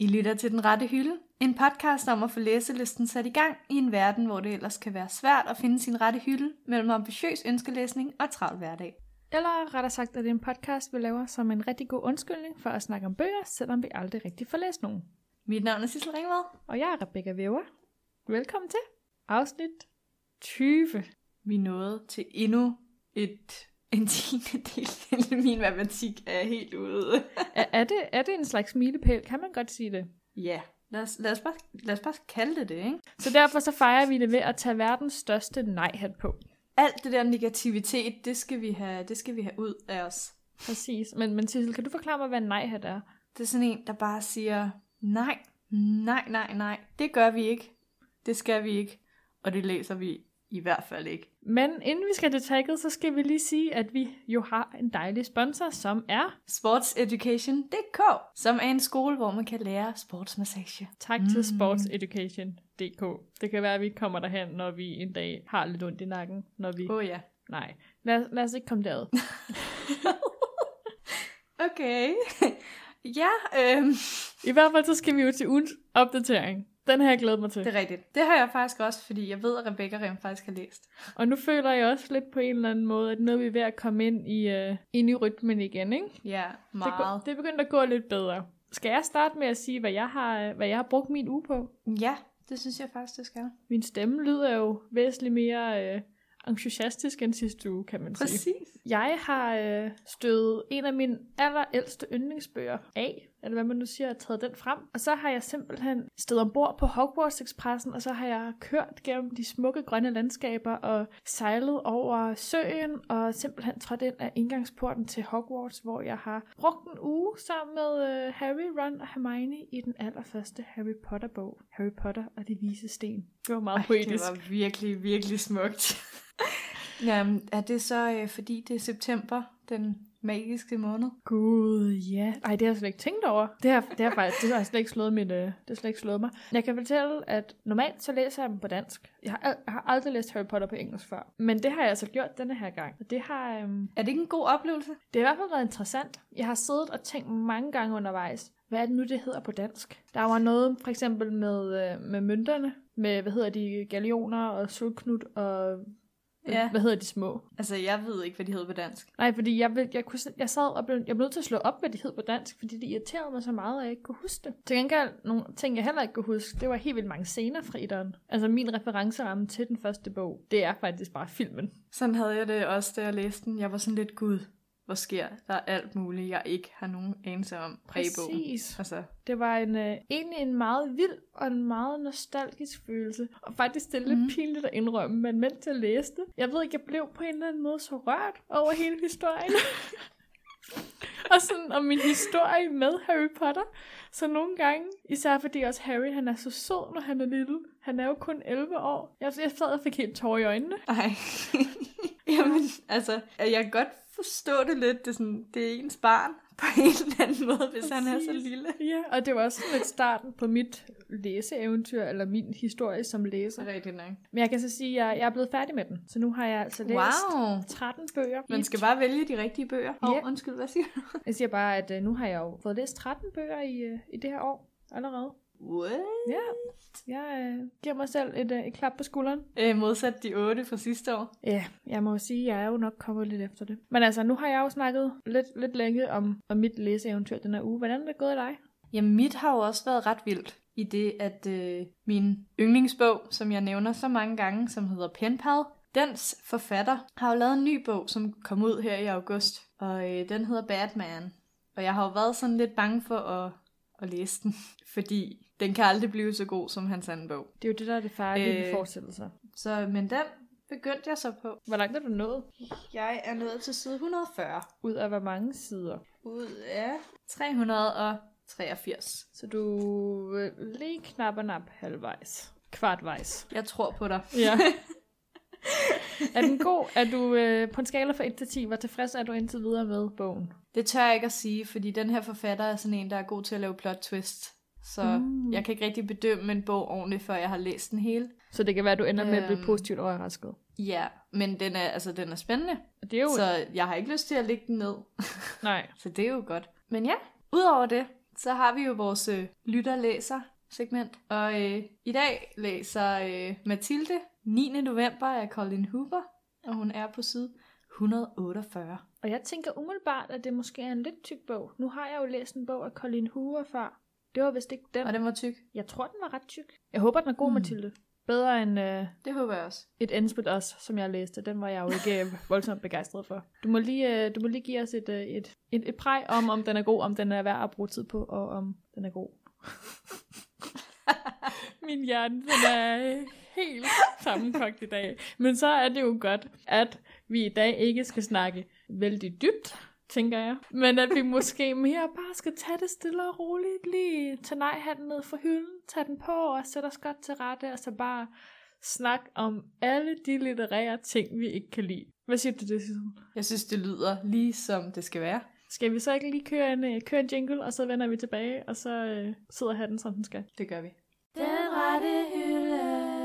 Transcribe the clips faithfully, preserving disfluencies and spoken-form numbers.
I lytter til Den Rette Hylde, en podcast om at få læselisten sat i gang i en verden, hvor det ellers kan være svært at finde sin rette hylde mellem ambitiøs ønskelæsning og travl hverdag. Eller rettere sagt, at det er en podcast, vi laver som en rigtig god undskyldning for at snakke om bøger, selvom vi aldrig rigtig får læst nogen. Mit navn er Sissel Ringvad. Og jeg er Rebecca Væver. Velkommen til afsnit tyve. Vi nåede til endnu et en tiende del. Min matematik er helt ude. er, er, det, er det en slags milepæl? Kan man godt sige det? Ja, lad os, lad os, bare, lad os bare kalde det det, ikke? Så derfor så fejrer vi det ved at tage verdens største nej-hat på. Alt det der negativitet, det skal vi have, det skal vi have ud af os. Præcis. Men, men Sissel, kan du forklare mig, hvad en nej-hat er? Det er sådan en, der bare siger, nej, nej, nej, nej. Det gør vi ikke. Det skal vi ikke. Og det læser vi i hvert fald ikke. Men inden vi skal til tagget, så skal vi lige sige, at vi jo har en dejlig sponsor, som er sportseducation punktum d k, som er en skole, hvor man kan lære sportsmassage. Tak til mm. sportseducation punktum d k. Det kan være, at vi kommer derhen, når vi en dag har lidt ondt i nakken. Når vi... Åh oh, ja. Nej, lad, lad os ikke komme derud. Okay. Ja, øhm. I hvert fald så skal vi jo til ugens opdatering. Den har jeg glædet mig til. Det er rigtigt. Det har jeg faktisk også, fordi jeg ved, at Rebecca rent faktisk har læst. Og nu føler jeg også lidt på en eller anden måde, at nu er vi ved at komme ind i, uh, ind i rytmen igen, ikke? Ja, meget. Det, går, det er begyndt at gå lidt bedre. Skal jeg starte med at sige, hvad jeg har, hvad jeg har brugt min uge på? Ja, det synes jeg faktisk, det skal. Min stemme lyder jo væsentligt mere uh, entusiastisk end sidste uge, kan man Præcis. sige. Jeg har øh, stødet en af mine allerældste yndlingsbøger af, eller hvad man nu siger, taget den frem. Og så har jeg simpelthen stået ombord på Hogwarts Expressen, og så har jeg kørt gennem de smukke grønne landskaber og sejlet over søen, og simpelthen trådt ind af indgangsporten til Hogwarts, hvor jeg har brugt en uge sammen med øh, Harry, Ron og Hermione i den allerførste Harry Potter-bog. Harry Potter og de vise sten. Det var meget Ej, poetisk. Det var virkelig, virkelig smukt. Jamen, er det så øh, fordi det er september, den magiske måned? Gud, ja. Ej, det har jeg slet ikke tænkt over. Det har, det har faktisk det har slet ikke slået mit, øh, det har slet ikke slået mig. Jeg kan fortælle, at normalt så læser jeg dem på dansk. Jeg har, al- jeg har aldrig læst Harry Potter på engelsk før. Men det har jeg altså gjort denne her gang. Og det har... Øhm, er det ikke en god oplevelse? Det har i hvert fald været interessant. Jeg har siddet og tænkt mange gange undervejs. Hvad er det nu, det hedder på dansk? Der var noget for eksempel med, øh, med mønterne. Med, hvad hedder de, galioner og sølvknut og... Ja. Hvad hedder de små? Altså, jeg ved ikke, hvad de hedder på dansk. Nej, fordi jeg, jeg, jeg, kunne, jeg sad og blev, jeg blev nødt til at slå op, hvad de hed på dansk, fordi det irriterede mig så meget, at jeg ikke kunne huske det. Til gengæld, nogle ting, jeg heller ikke kunne huske, det var helt vildt mange scener fra etteren. Altså, min referenceramme til den første bog, det er faktisk bare filmen. Sådan havde jeg det også, da jeg læste den. Jeg var sådan lidt, gud, hvor sker der alt muligt, jeg ikke har nogen anelse om prægebogen. Præcis. Altså. Det var en, øh, egentlig en meget vild og en meget nostalgisk følelse. Og faktisk det er lidt mm. pinligt at indrømme, men mens jeg læste, jeg ved ikke, jeg blev på en eller anden måde så rørt over hele historien. Og sådan om min historie med Harry Potter. Så nogle gange, især fordi også Harry, han er så sød, når han er lille. Han er jo kun elleve år. Jeg, jeg sad og fik helt tårer i øjnene. Ej. Jamen, altså, jeg kan godt forstå det lidt. Det er, sådan, det er ens barn på en eller anden måde, hvis Præcis. Han er så lille. Ja, og det var også lidt starten på mit læseeventyr, eller min historie som læser. Rigtig nok. Men jeg kan så sige, at jeg, jeg er blevet færdig med den. Så nu har jeg altså læst wow. tretten bøger. Man skal bare vælge de rigtige bøger. Åh, yeah. oh, undskyld, hvad siger du? Jeg siger bare, at uh, nu har jeg jo fået læst tretten bøger i, uh, i det her år allerede. What? Ja, jeg øh, giver mig selv et, øh, et klap på skulderen. Øh, modsat de otte fra sidste år. Ja, jeg må sige, at jeg er jo nok kommet lidt efter det. Men altså, nu har jeg jo snakket lidt, lidt længe om, om mit læseeventyr den her uge. Hvordan er det gået af dig? Jamen, mit har jo også været ret vildt. I det, at øh, min yndlingsbog, som jeg nævner så mange gange, som hedder Penpal, dens forfatter har jo lavet en ny bog, som kom ud her i august. Og øh, den hedder Batman. Og jeg har jo været sådan lidt bange for at, at læse den, fordi den kan aldrig blive så god som hans anden bog. Det er jo det, der er det farlige ved øh, fortsættelser. Så, men den begyndte jeg så på. Hvor langt er du nået? Jeg er nået til side et hundrede og fyrre. Ud af hvor mange sider? Ud af tre hundrede og treogfirs. Så du øh, lige knap og nap halvvejs. Kvartvejs. Jeg tror på dig. Ja. Er den god? Er du øh, på en skala fra et til ti, hvor tilfreds er du indtil videre med bogen? Det tør jeg ikke at sige, fordi den her forfatter er sådan en, der er god til at lave plot twist. Så mm. jeg kan ikke rigtig bedømme en bog ordentligt, før jeg har læst den hele. Så det kan være, at du ender med øhm, at blive positivt overrasket. Ja, men den er, altså, den er spændende. Det er jo... Så jeg har ikke lyst til at lægge den ned. Nej. Så det er jo godt. Men ja, udover det, så har vi jo vores øh, lytter-læser-segment. Og øh, i dag læser øh, Mathilde niende november af Colleen Hoover, og hun er på side et hundrede otteogfyrre. Og jeg tænker umiddelbart, at det måske er en lidt tyk bog. Nu har jeg jo læst en bog af Colleen Hoover før. Det var vist ikke den. Og den var tyk? Jeg tror, den var ret tyk. Jeg håber, den er god, hmm. Mathilde. Bedre end øh, det håber jeg også. Et Endspil også, som jeg læste. Den var jeg jo ikke voldsomt begejstret for. Du må lige, øh, du må lige give os et, øh, et, et, et præg om, om den er god, om den er værd at bruge tid på, og om den er god. Min hjerne, den er helt sammenkogt i dag. Men så er det jo godt, at vi i dag ikke skal snakke vældig dybt, tænker jeg. Men at vi måske mere bare skal tage det stille og roligt. Lige tage nej-hatten ned fra hylden, tage den på og sætte os godt til rette, og så bare snakke om alle de litterære ting, vi ikke kan lide. Hvad siger du det, Sissel? Jeg synes, det lyder lige som det skal være. Skal vi så ikke lige køre en, køre en jingle, og så vender vi tilbage, og så øh, sidder hatten, som den skal? Det gør vi. Den rette hylde.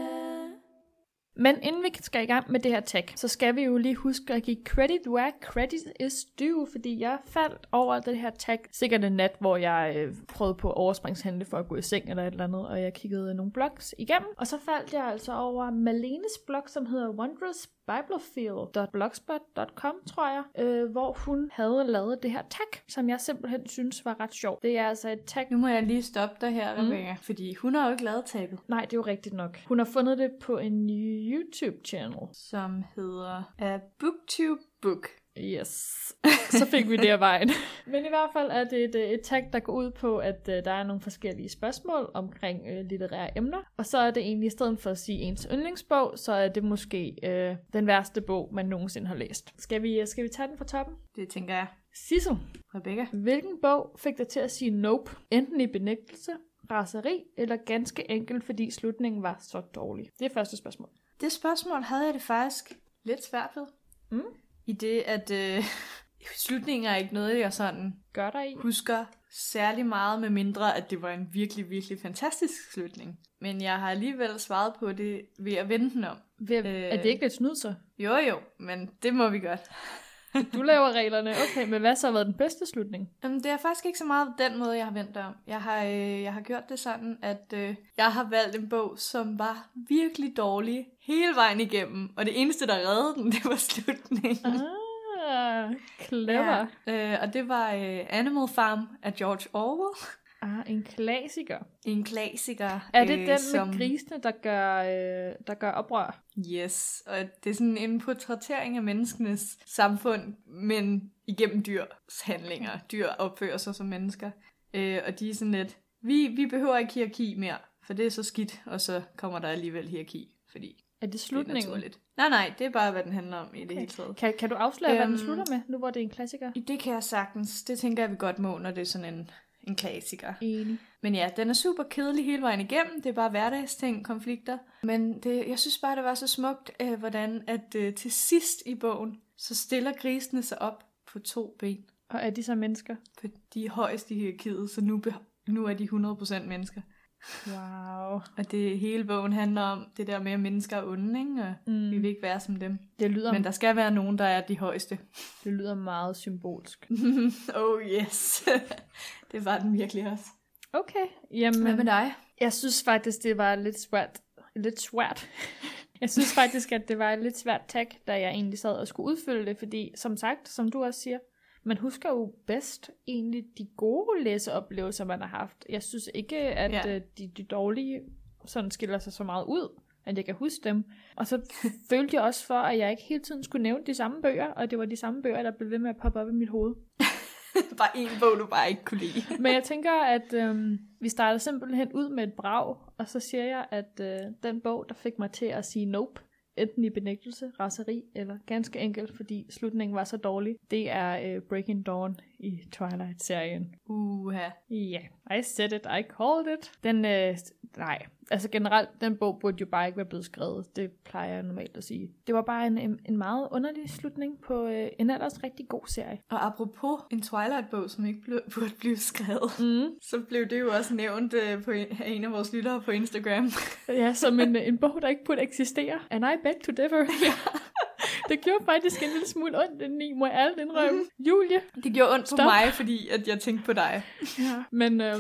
Men inden vi skal i gang med det her tag, så skal vi jo lige huske at give credit where credit is due, fordi jeg faldt over det her tag sikkert en nat, hvor jeg øh, prøvede på overspringshandle for at gå i seng eller et eller andet, og jeg kiggede nogle blogs igennem, og så faldt jeg altså over Malenes blog, som hedder wondrous bibliophile dot blogspot dot com, tror jeg, øh, hvor hun havde lavet det her tag, som jeg simpelthen synes var ret sjovt. Det er altså et tag. Nu må jeg lige stoppe dig her, Rebecca, mm. fordi hun har jo ikke lavet tagget. Nej, det er jo rigtigt nok. Hun har fundet det på en YouTube-channel, som hedder A Booktube Book. Yes, så fik vi det af vejen. Men i hvert fald er det et, et tag, der går ud på, at uh, der er nogle forskellige spørgsmål omkring uh, litterære emner. Og så er det egentlig, i stedet for at sige ens yndlingsbog, så er det måske uh, den værste bog, man nogensinde har læst. Skal vi, uh, skal vi tage den fra toppen? Det tænker jeg. Sissel, Rebecca, hvilken bog fik dig til at sige nope? Enten i benægtelse, raseri, eller ganske enkelt, fordi slutningen var så dårlig? Det er første spørgsmål. Det spørgsmål havde jeg det faktisk lidt svært ved. Mm. I det, at øh, slutningen er ikke noget, jeg sådan gør der i. Husker særlig meget, med mindre, at det var en virkelig, virkelig fantastisk slutning. Men jeg har alligevel svaret på det ved at vende den om. Ved, øh, er det ikke lidt snyd så? Jo jo, men det må vi godt. Du laver reglerne. Okay, men hvad så har været den bedste slutning? Jamen, det er faktisk ikke så meget den måde, jeg har vendt om. Jeg har, øh, jeg har gjort det sådan, at øh, jeg har valgt en bog, som var virkelig dårlig hele vejen igennem. Og det eneste, der reddede den, det var slutningen. Ah, clever. Ja, øh, og det var øh, Animal Farm af George Orwell. Ah, en klassiker. En klassiker. Er det øh, den som... med grisene, der gør, øh, der gør oprør? Yes, og det er sådan en portrættering af menneskenes samfund, men igennem dyrs handlinger. Dyr opfører sig som mennesker. Øh, og de er sådan lidt, vi, vi behøver ikke hierarki mere, for det er så skidt, og så kommer der alligevel hierarki, fordi er det slutningen? Det er naturligt. Nej, nej, det er bare, hvad den handler om i okay. det hele taget. Kan, kan du afsløre, øhm, hvad den slutter med, nu hvor det er en klassiker? Det kan jeg sagtens. Det tænker jeg, vi godt må, når det er sådan en, en klassiker. Enig. Men ja, den er super kedelig hele vejen igennem. Det er bare hverdagsting, konflikter. Men det, jeg synes bare, det var så smukt, øh, hvordan at øh, til sidst i bogen, så stiller grisene sig op på to ben. Og er de så mennesker? For de er højst i hierarkiet, så nu, nu er de hundrede procent mennesker. Wow. Og det hele bogen handler om det der med, at mennesker er onde, ikke? Og mm. vi vil ikke være som dem. Det lyder... Men der skal være nogen, der er de højeste. Det lyder meget symbolsk. Oh yes. Det var den virkelig også. Okay. Jamen, hvad med dig? Jeg synes faktisk, det var lidt svært. Lidt svært. Jeg synes faktisk, at det var et lidt svært tag, da jeg egentlig sad og skulle udfylde det. Fordi som sagt, som du også siger, man husker jo bedst egentlig de gode læseoplevelser, man har haft. Jeg synes ikke, at ja. de, de dårlige sådan skiller sig så meget ud, at jeg kan huske dem. Og så følte jeg også for, at jeg ikke hele tiden skulle nævne de samme bøger, og det var de samme bøger, der blev ved med at poppe op i mit hoved. Bare en bog, du bare ikke kunne lide. Men jeg tænker, at øhm, vi starter simpelthen ud med et brag, og så siger jeg, at øh, den bog, der fik mig til at sige nope, enten i benægtelse, raseri, eller ganske enkelt, fordi slutningen var så dårlig, det er øh, Breaking Dawn i Twilight-serien. Uha. Ja, yeah, I said it, I called it. Den, øh, nej, altså generelt, den bog burde jo bare ikke være blevet skrevet. Det plejer jeg normalt at sige. Det var bare en, en, en meget underlig slutning på øh, en ellers rigtig god serie. Og apropos en Twilight-bog, som ikke ble, burde blive skrevet, mm. så blev det jo også nævnt øh, på en, af en af vores lyttere på Instagram. Ja, som en, en bog, der ikke burde eksistere. And I beg to differ. Ja. Det gjorde faktisk en lille smule ondt indeni, må jeg alt indrømme. Julie. Det gjorde ondt Stop. på mig, fordi at jeg tænkte på dig. Ja. Men øhm,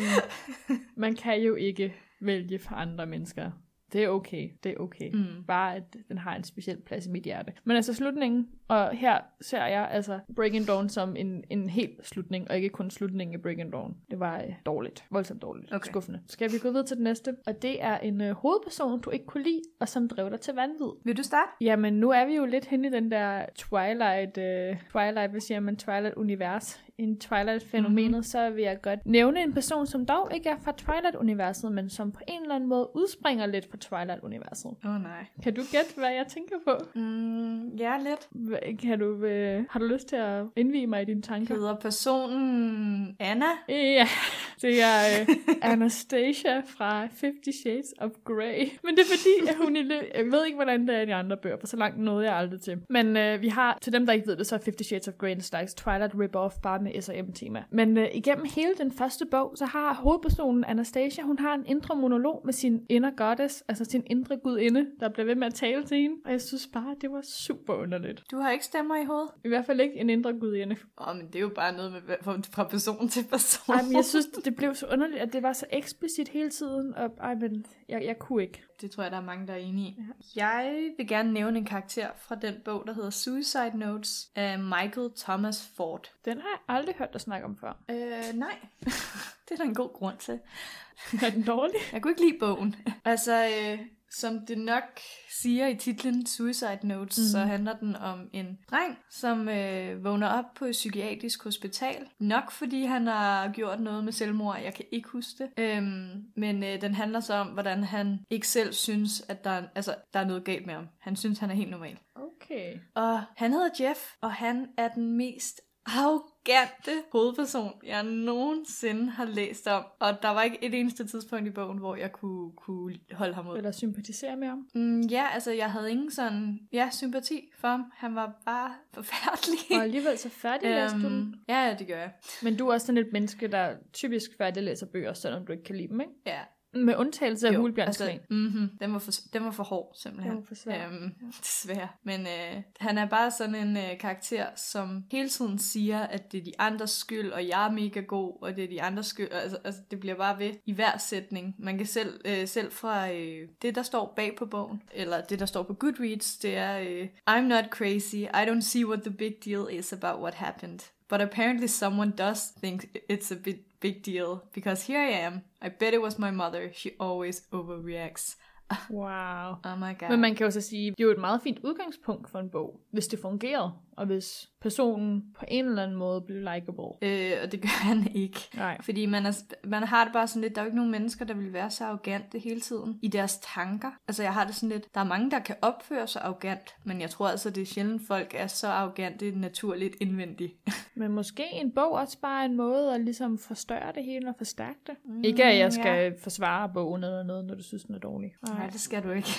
man kan jo ikke vælge for andre mennesker. Det er okay, det er okay. Mm. Bare at den har en speciel plads i mit hjerte. Men altså slutningen, og her ser jeg altså Breaking Dawn som en, en helt slutning, og ikke kun slutningen af Breaking Dawn. Det var øh, dårligt, voldsomt dårligt, okay. Skuffende. Skal vi gå videre til det næste? Og det er en øh, hovedperson, du ikke kunne lide, og som drev dig til vanvid. Vil du starte? Jamen, nu er vi jo lidt henne i den der Twilight, øh, Twilight, hvad siger man, Twilight-univers. En Twilight-fænomenet, mm-hmm. så vil jeg godt nævne en person, som dog ikke er fra Twilight-universet, men som på en eller anden måde udspringer lidt fra Twilight-universet. Åh oh, nej. Kan du gætte, hvad jeg tænker på? Mm, ja, lidt. Kan du, øh, har du lyst til at indvige mig i dine tanker? Hedder personen Anna? Ja, det er øh, Anastasia fra Fifty Shades of Grey. Men det er fordi, at hun i lø- jeg ved ikke, hvordan det er i de andre bøger, for så langt nåede jeg aldrig til. Men øh, vi har, til dem, der ikke ved det, så er Fifty Shades of Grey en slags Twilight rip-off, bare med S og M-tema. Men øh, igennem hele den første bog, så har hovedpersonen Anastasia, hun har en indre monolog med sin inner goddess, altså sin indre gudinde, der bliver ved med at tale til hende. Og jeg synes bare, det var super underligt. Du har ikke stemmer i hovedet? I hvert fald ikke en indre gudinde. Åh, oh, men det er jo bare noget med, fra person til person. Ej, men jeg synes, det blev så underligt, at det var så eksplicit hele tiden, og ej, men jeg, jeg kunne ikke. Det tror jeg, der er mange, der er enige i. Ja. Jeg vil gerne nævne en karakter fra den bog, der hedder Suicide Notes af Michael Thomas Ford. Den har jeg aldrig hørt dig snakke om før. Øh, nej. Det er der en god grund til. Er den dårlig? Jeg kunne ikke lide bogen. Altså, øh, som det nok siger i titlen Suicide Notes, mm. så handler den om en dreng, som øh, vågner op på et psykiatrisk hospital. Nok fordi han har gjort noget med selvmord, jeg kan ikke huske det. Øhm, men øh, den handler så om, hvordan han ikke selv synes, at der er, altså, der er noget galt med ham. Han synes, han er helt normal. Okay. Og han hedder Jeff, og han er den mest arrogante hovedperson, jeg nogensinde har læst om. Og der var ikke et eneste tidspunkt i bogen, hvor jeg kunne, kunne holde ham ud. Eller sympatisere med ham? Mm, ja, altså jeg havde ingen sådan, ja, sympati for ham. Han var bare forfærdelig. Og alligevel så færdiglæste du den? Ja, ja, det gør jeg. Men du er også sådan et menneske, der typisk færdiglæser bøger, selvom du ikke kan lide dem, ikke? Ja. Med undtagelse af Hulbjørns altså, mm-hmm, den, var for, den var for hård, simpelthen. Den var for svær. Øhm, desværre. Men øh, han er bare sådan en øh, karakter, som hele tiden siger, at det er de andres skyld, og jeg er mega god, og det er de andres skyld. Altså, altså det bliver bare ved i hver sætning. Man kan selv, øh, selv fra øh, det, der står bag på bogen, eller det, der står på Goodreads, det er øh, I'm not crazy, I don't see what the big deal is about what happened. But apparently someone does think it's a big, big deal, because here I am. I bet it was my mother. She always overreacts. Wow. Oh my god. Men man kan jo så sige, det er jo et meget fint udgangspunkt for en bog, hvis det fungerede, og hvis personen på en eller anden måde bliver likeable. Øh, og det gør han ikke. Nej. Fordi man, er, man har det bare sådan lidt, der er jo ikke nogen mennesker, der vil være så arrogante hele tiden i deres tanker. Altså jeg har det sådan lidt, der er mange, der kan opføre sig arrogant, men jeg tror altså, det er sjældent, folk er så arrogante naturligt indvendigt. Men måske en bog også bare en måde at ligesom forstørre det hele og forstærke det. Mm, ikke at jeg skal ja. forsvare bogen eller noget, når du synes, den er dårlig. Nej, Nej det skal du ikke.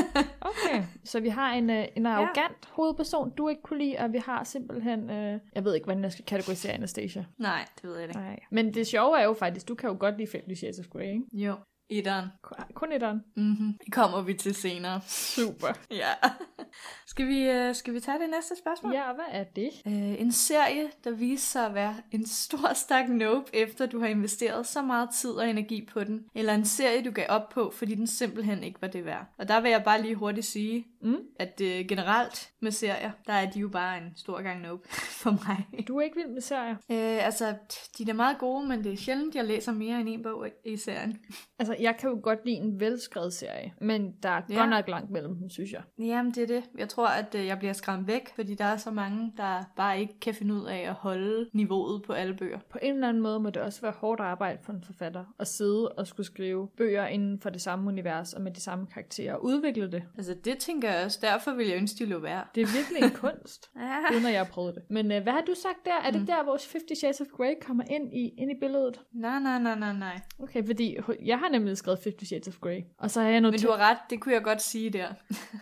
Okay, så vi har en, en arrogant ja. hovedperson, du ikke kunne lide, og vi har simpelthen, øh, jeg ved ikke, hvordan jeg skal kategorisere Anastasia. Nej, det ved jeg ikke. Nej. Men det sjove er jo faktisk, du kan jo godt lide Fifty Shades of Grey, ikke? Jo. Etteren. Kun etteren? Mhm. Det kommer vi til senere. Super. Ja. Skal vi, uh, skal vi tage det næste spørgsmål? Ja, hvad er det? Uh, en serie, der viser sig at være en stor stak nope, efter du har investeret så meget tid og energi på den. Eller en serie, du gav op på, fordi den simpelthen ikke var det værd. Og der vil jeg bare lige hurtigt sige, mm. at uh, generelt med serier, der er de jo bare en stor gang nope for mig. Du er ikke vild med serier? Uh, altså, de er da meget gode, men det er sjældent, jeg læser mere end en bog i serien. Altså, jeg kan jo godt lide en velskrevet serie, men der er ja. godt nok langt mellem dem, synes jeg. Jamen, det er det. Jeg tror, at øh, jeg bliver skræmt væk, fordi der er så mange, der bare ikke kan finde ud af at holde niveauet på alle bøger. På en eller anden måde må det også være hårdt arbejde for en forfatter at sidde og skulle skrive bøger inden for det samme univers og med de samme karakterer og udvikle det. Altså, det tænker jeg også. Derfor vil jeg ønske, de lå værd. Det er virkelig en kunst, ja. uden at jeg har prøvet det. Men øh, hvad har du sagt der? Er det mm. der, hvor Fifty Shades of Grey kommer ind i, ind i billedet? Nej, nej, nej, nej, nej. Okay, fordi jeg har nemlig skrevet Fifty Shades of Grey. Og så har jeg noteret... Men du har ret, det kunne jeg godt sige der.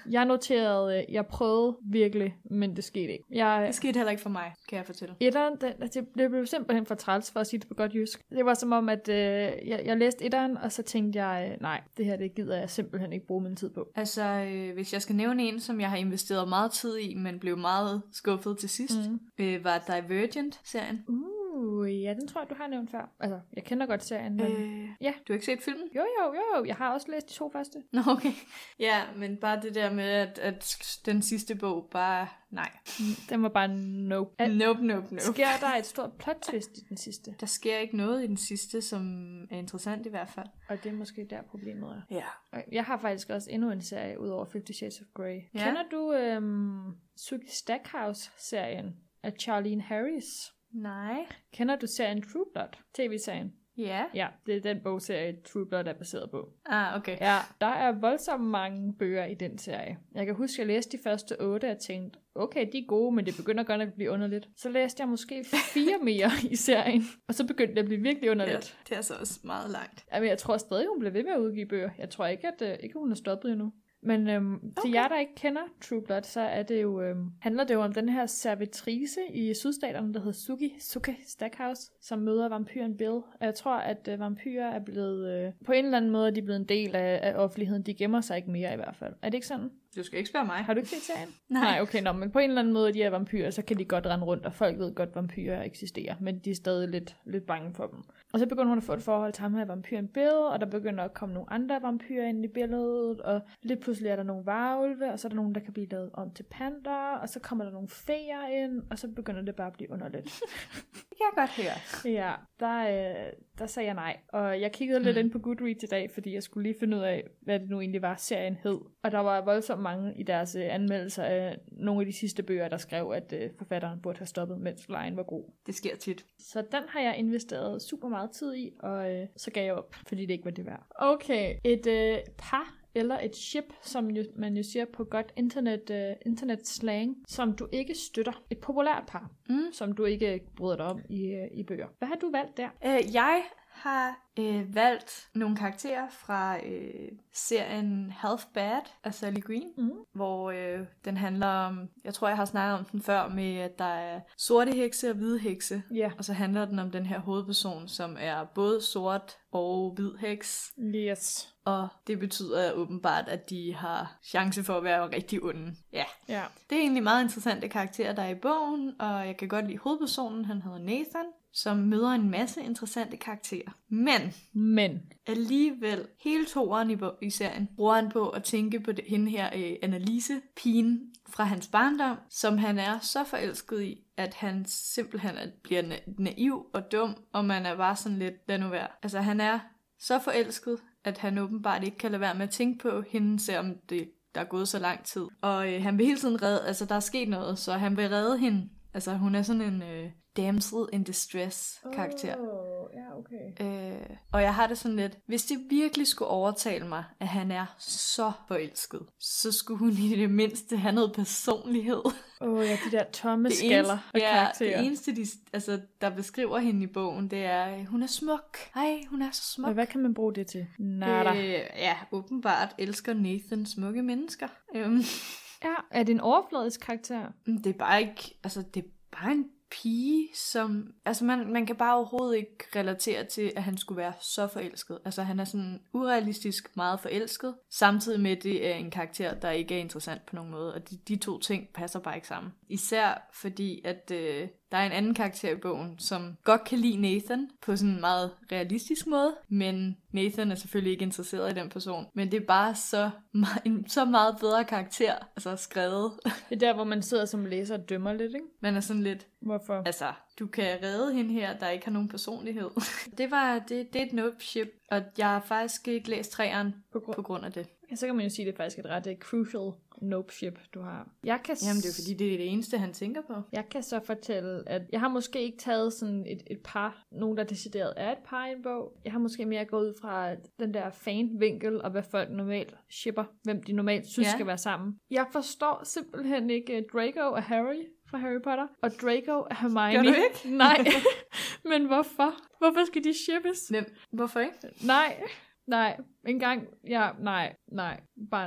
Jeg noterede, jeg prøvede virkelig, men det skete ikke. Jeg, Det skete heller ikke for mig, kan jeg fortælle. Etteren, det, det, det blev simpelthen for træls, for at sige det på godt jysk. Det var som om, at øh, jeg, jeg læste etteren, og så tænkte jeg, øh, nej, det her det gider jeg simpelthen ikke bruge min tid på. Altså, øh, hvis jeg skal nævne en, som jeg har investeret meget tid i, men blev meget skuffet til sidst, mm. øh, var Divergent-serien. Uh, ja, den tror jeg, du har nævnt før. Altså, jeg kender godt serien, men... Øh, ja. Du har ikke set filmen? Jo, jo, jo. Jeg har også læst de to første. Nå, okay. Ja, men bare det der med, at, at den sidste bog bare... Nej. Den var bare nope. At, nope, nope, nope. Sker der et stort plot twist i den sidste? Der sker ikke noget i den sidste, som er interessant i hvert fald. Og det er måske der problemet er. Ja. Jeg har faktisk også endnu en serie, ud over Fifty Shades of Grey. Ja. Kender du øhm, Sookie Stackhouse-serien af Charlene Harris? Nej. Kender du serien True Blood? T V-serien? Ja. Ja, det er den bogserie, True Blood er baseret på. Ah, okay. Ja, der er voldsomt mange bøger i den serie. Jeg kan huske, at jeg læste de første otte og tænkte, okay, de er gode, men det begynder godt at blive underligt. Så læste jeg måske fire mere i serien, og så begyndte det at blive virkelig underligt. Ja, det er så også meget langt. Jamen, jeg tror stadig, hun bliver ved med at udgive bøger. Jeg tror ikke, at uh, ikke hun er stoppet endnu. Men øhm, okay. Til jer, der ikke kender True Blood, så er det jo, øhm, handler det jo om den her servitrice i sydstaterne, der hedder Sookie, Sookie Stackhouse, som møder vampyren Bill. Og jeg tror, at øh, vampyrer er blevet, øh, på en eller anden måde, er de blevet en del af, af offentligheden. De gemmer sig ikke mere i hvert fald. Er det ikke sådan? Du skal ikke spørge mig. Har du ikke set serien? Nej. Nej, okay, nå, men på en eller anden måde, de er vampyrer, så kan de godt rende rundt, og folk ved godt, at vampyrer eksisterer, men de er stadig lidt, lidt bange for dem. Og så begynder hun at få et forhold til ham her vampyren Bill, og der begynder at komme nogle andre vampyrer ind i billedet, og lidt pludselig er der nogle varulve, og så er der nogen, der kan blive lavet om til panter, og så kommer der nogle feer ind, og så begynder det bare at blive underligt. Det kan jeg godt høre. Ja, der, øh, der sagde jeg nej. Og jeg kiggede mm. lidt ind på Goodreads i dag, fordi jeg skulle lige finde ud af, hvad det nu egentlig var, serien hed. Og der var voldsomt mange i deres øh, anmeldelser af nogle af de sidste bøger, der skrev, at øh, forfatteren burde have stoppet, mens lejen var god. Det sker tit. Så den har jeg investeret super meget tid i, og øh, så gav jeg op, fordi det ikke var det værd. Okay, et øh, par eller et ship, som jo, man jo siger på godt internet, uh, internet slang, som du ikke støtter. Et populært par, mm. som du ikke bryder dig om i, uh, i bøger. Hvad har du valgt der? Uh, jeg har øh, valgt nogle karakterer fra øh, serien Half Bad af Sally Green, mm. hvor øh, den handler om, jeg tror jeg har snakket om den før, med at der er sorte hekse og hvide hekse, yeah. og så handler den om den her hovedperson, som er både sort og hvid heks. Yes. Og det betyder åbenbart, at de har chance for at være rigtig onde. Ja. ja. Det er egentlig meget interessante karakterer, der er i bogen, og jeg kan godt lide hovedpersonen, han hedder Nathan, som møder en masse interessante karakterer. Men, Men. alligevel, hele toeren i, i serien, bruger han på at tænke på det, hende her øh, Annalise, pigen fra hans barndom, som han er så forelsket i, at han simpelthen bliver na- naiv og dum, og man er bare sådan lidt, lad nu være. Altså han er så forelsket, at han åbenbart ikke kan lade være med at tænke på hende, selvom det, der er gået så lang tid. Og øh, han vil hele tiden redde, altså der er sket noget, så han vil redde hende. Altså hun er sådan en øh, damsel in distress karakter. Oh, ja, okay. Øh, og jeg har det sådan lidt, hvis det virkelig skulle overtale mig, at han er så forelsket, så skulle hun i det mindste have noget personlighed. Åh oh, ja, de der tomme skaller og ja, karakterer. Det eneste, de, altså, der beskriver hende i bogen, det er, hun er smuk. Ej, hun er så smuk. Og hvad kan man bruge det til? Nada. Øh, ja, åbenbart elsker Nathan smukke mennesker. Øhm. Ja, er det en overfladisk karakter? Det er bare ikke, altså det er bare en pige, som... Altså, man, man kan bare overhovedet ikke relatere til, at han skulle være så forelsket. Altså, han er sådan urealistisk meget forelsket, samtidig med, at det er en karakter, der ikke er interessant på nogen måde. Og de, de to ting passer bare ikke sammen. Især fordi, at øh, der er en anden karakter i bogen, som godt kan lide Nathan på sådan en meget realistisk måde, men Nathan er selvfølgelig ikke interesseret i den person. Men det er bare så meget, en så meget bedre karakter, altså skrevet. Det er der, hvor man sidder som læser og dømmer lidt, ikke? Man er sådan lidt... Hvorfor? Altså, du kan redde hende her, der ikke har nogen personlighed. det var, det, det er et nope ship, og jeg har faktisk ikke læst træeren på, grund... på grund af det. Ja, så kan man jo sige, at det er faktisk et ret uh, crucial nope ship, du har. Jeg kan Jamen, det er fordi, det er det eneste, han tænker på. Jeg kan så fortælle, at jeg har måske ikke taget sådan et, et par, nogen der decideret er et par i en bog. Jeg har måske mere gået ud fra den der fan-vinkel, og hvad folk normalt shipper, hvem de normalt synes ja. skal være sammen. Jeg forstår simpelthen ikke Draco og Harry fra Harry Potter, og Draco og Hermione. Gør du ikke? Nej. Men hvorfor? Hvorfor skal de shippes? Nem. Hvorfor ikke? Nej. Nej, en gang, ja, nej, nej, bare nej.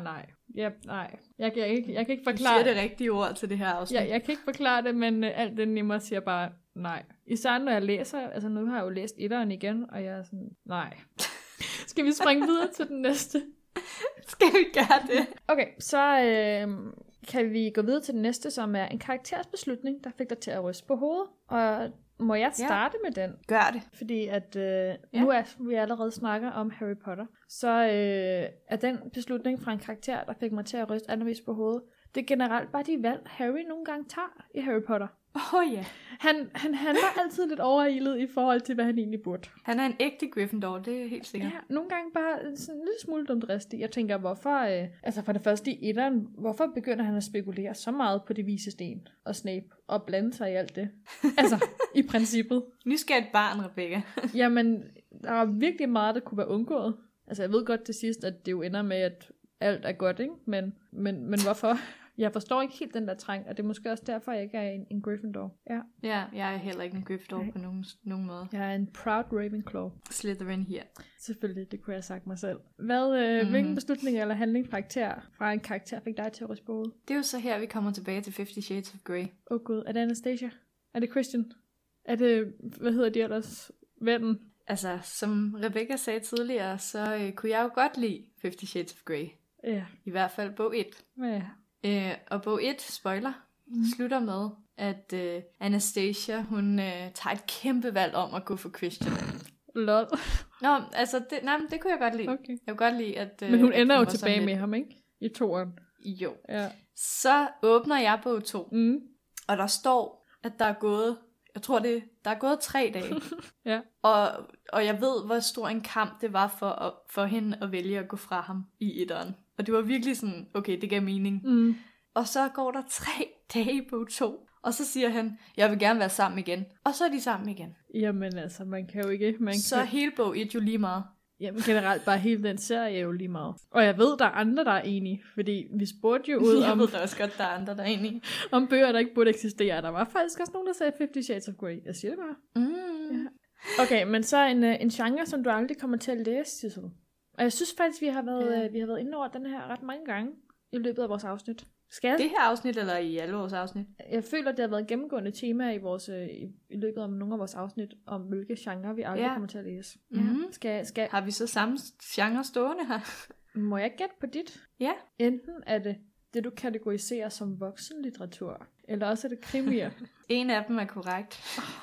Ja, nej. Jeg kan ikke, jeg kan ikke Du forklare siger det rigtige ord til det her afsnit. Ja, jeg kan ikke forklare det, men øh, alt det nemmere siger bare nej. Især når jeg læser, altså nu har jeg jo læst etteren igen, og jeg er sådan, nej. Skal vi springe videre til den næste? Skal vi gøre det? Okay, så øh, kan vi gå videre til den næste, som er en karaktersbeslutning, der fik dig til at ryste på hovedet. Og må jeg starte ja. med den? Gør det. Fordi at øh, ja. nu er vi allerede snakker om Harry Potter, så øh, er den beslutning fra en karakter, der fik mig til at ryste allermest på hovedet, det er generelt bare de valg, Harry nogle gange tager i Harry Potter. Åh oh, ja. Yeah. Han, han handler altid lidt overilet i forhold til, hvad han egentlig burde. Han er en ægte Gryffindor, det er helt sikkert. Ja, nogle gange bare sådan en lille smule dumt dristig. Jeg tænker, hvorfor, øh, altså for det første i etteren, hvorfor begynder han at spekulere så meget på det vise sten og Snape og blande sig i alt det? Altså, i princippet. Nu skal et barn, Rebecca. Jamen, der er virkelig meget, der kunne være undgået. Altså, jeg ved godt til sidst, at det jo ender med, at alt er godt, ikke? Men, men, men hvorfor? Jeg forstår ikke helt den der trang, og det er måske også derfor, jeg ikke er en, en Gryffindor. Ja. ja, jeg er heller ikke en Gryffindor okay. på nogen, nogen måde. Jeg er en proud Ravenclaw. Slytherin her. Selvfølgelig, det kunne jeg have sagt mig selv. Hvad, øh, mm-hmm. Hvilken beslutning eller handling karakter fra en karakter fik dig til at ryste på hovedet? Det er jo så her, vi kommer tilbage til Fifty Shades of Grey. Åh oh, gud, er det Anastasia? Er det Christian? Er det, hvad hedder de ellers? Vennen? Altså, som Rebecca sagde tidligere, så øh, kunne jeg jo godt lide Fifty Shades of Grey. Ja. I hvert fald bog et. Ja. Øh, og bog et, spoiler, mm. slutter med, at øh, Anastasia, hun øh, tager et kæmpe valg om at gå for Christian. Lol. Nå, altså, det, nej, det kunne jeg godt lide. Okay. Jeg kunne godt lide, at... Øh, Men hun ender hun jo tilbage med lidt... ham, ikke? I toeren. Jo. Ja. Så åbner jeg bog to, mm. og der står, at der er gået, jeg tror det, der er gået tre dage. ja. Og, og jeg ved, hvor stor en kamp det var for, at, for hende at vælge at gå fra ham i etteren. Og det var virkelig sådan, okay, det gav mening. Mm. Og så går der tre dage i bog to. Og så siger han, jeg vil gerne være sammen igen. Og så er de sammen igen. Jamen altså, man kan jo ikke... Man så kan... hele bog et jo lige meget. Jamen generelt bare hele den serie er jo lige meget. Og jeg ved, der er andre, der er enige. Fordi vi spurgte jo ud jeg om... Jeg ved da også godt, der er andre, der er enige. Om bøger, der ikke burde eksistere. Der var faktisk også nogen, der sagde Fifty Shades of Grey. Jeg siger det bare. Mm. Ja. Okay, men så en, en genre, som du aldrig kommer til at læse, Sissel. Og jeg synes faktisk, vi har været, ja. vi har været inde over den her ret mange gange i løbet af vores afsnit. Skal det her afsnit, eller i alle vores afsnit? Jeg føler, det har været et gennemgående tema i, vores, i, i løbet af nogle af vores afsnit, om hvilke genre vi aldrig ja. kommer til at læse. Mm-hmm. Ja. Skal, skal... Har vi så samme genre stående her? Må jeg gætte på dit? Ja. Enten er det det, du kategoriserer som voksenlitteratur, eller også er det krimier. En af dem er korrekt.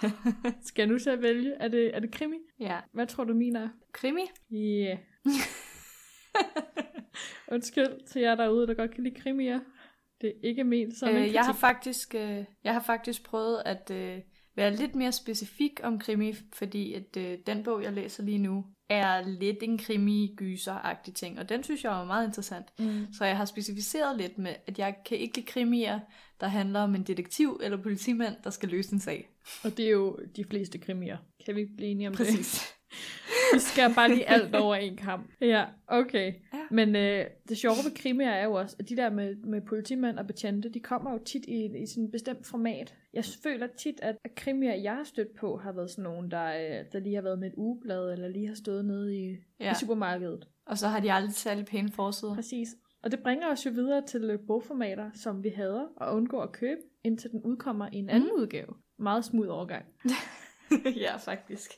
Skal jeg nu til at vælge? Er det, er det krimi? Ja. Hvad tror du, min er? Krimi? Ja. Yeah. Undskyld til jer derude, der godt kan lide krimier. Det er ikke ment som øh, en kritik. Jeg har faktisk, øh, jeg har faktisk prøvet at øh, være lidt mere specifik om krimi, fordi at øh, den bog, jeg læser lige nu, er lidt en krimi-gyser-agtig ting, og den synes jeg er meget interessant. Mm. Så jeg har specificeret lidt med, at jeg kan ikke lide krimier, der handler om en detektiv eller politimand, der skal løse en sag. Og det er jo de fleste krimier. Kan vi blive enige om Præcis. det? Præcis. Vi skal bare lige alt over en kamp. Ja, okay. Ja. Men øh, det sjove ved krimier er jo også, at de der med, med politimand og betjente, de kommer jo tit i, i sådan et bestemt format. Jeg føler tit, at, at krimier, jeg har stødt på, har været sådan nogle, der, øh, der lige har været med et ugeblad, eller lige har stået nede i, ja. i supermarkedet. Og så har de aldrig særlig pæne forsider. Præcis. Og det bringer os jo videre til bogformater, som vi hader og undgår at købe, indtil den udkommer i en anden mm. udgave. Meget smooth overgang. Ja, faktisk.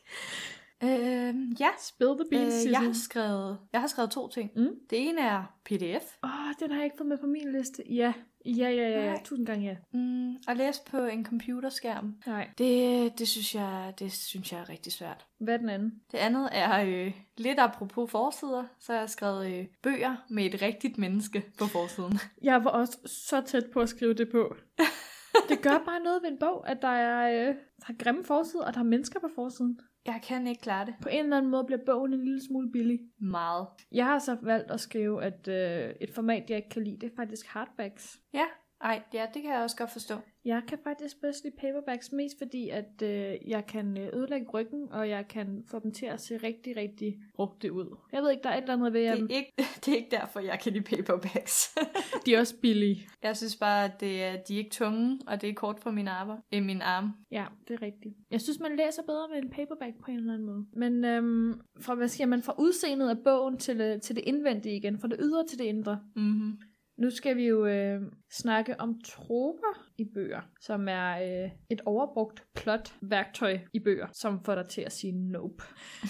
Øh, ja, Spill the beans, øh, jeg har skrevet, jeg har skrevet to ting. Mm. Det ene er P D F. Åh, oh, den har jeg ikke fået med på min liste. Ja, ja, ja, ja, ja. Tusind gange ja. Mm, at læse på en computerskærm. Nej. Det, det synes jeg, det synes jeg er rigtig svært. Hvad er den anden? Det andet er øh, lidt apropos forsider, så har jeg skrevet øh, bøger med et rigtigt menneske på forsiden. Jeg var også så tæt på at skrive det på. Det gør bare noget ved en bog, at der er, øh, der er grimme forsider, og der er mennesker på forsiden. Jeg kan ikke klare det. På en eller anden måde bliver bogen en lille smule billig. Meget. Jeg har så valgt at skrive, at øh, et format, jeg ikke kan lide, det er faktisk hardbacks. Ja, ej, ja, det kan jeg også godt forstå. Jeg kan faktisk bedst lide paperbacks, mest fordi, at øh, jeg kan ødelægge ryggen, og jeg kan få dem til at se rigtig, rigtig brugte ud. Jeg ved ikke, der er et eller andet ved jer. Det er ikke, det er ikke derfor, jeg kan lide paperbacks. De er også billige. Jeg synes bare, at det er, de er ikke tunge, og det er kort for mine arme. Øh, min arm. Ja, det er rigtigt. Jeg synes, man læser bedre med en paperback på en eller anden måde. Men øhm, fra, hvad siger man, fra udseendet af bogen til, til det indvendige igen, fra det ydre til det indre. Mhm. Nu skal vi jo øh, snakke om troper i bøger, som er øh, et overbrugt plot-værktøj i bøger, som får dig til at sige nope.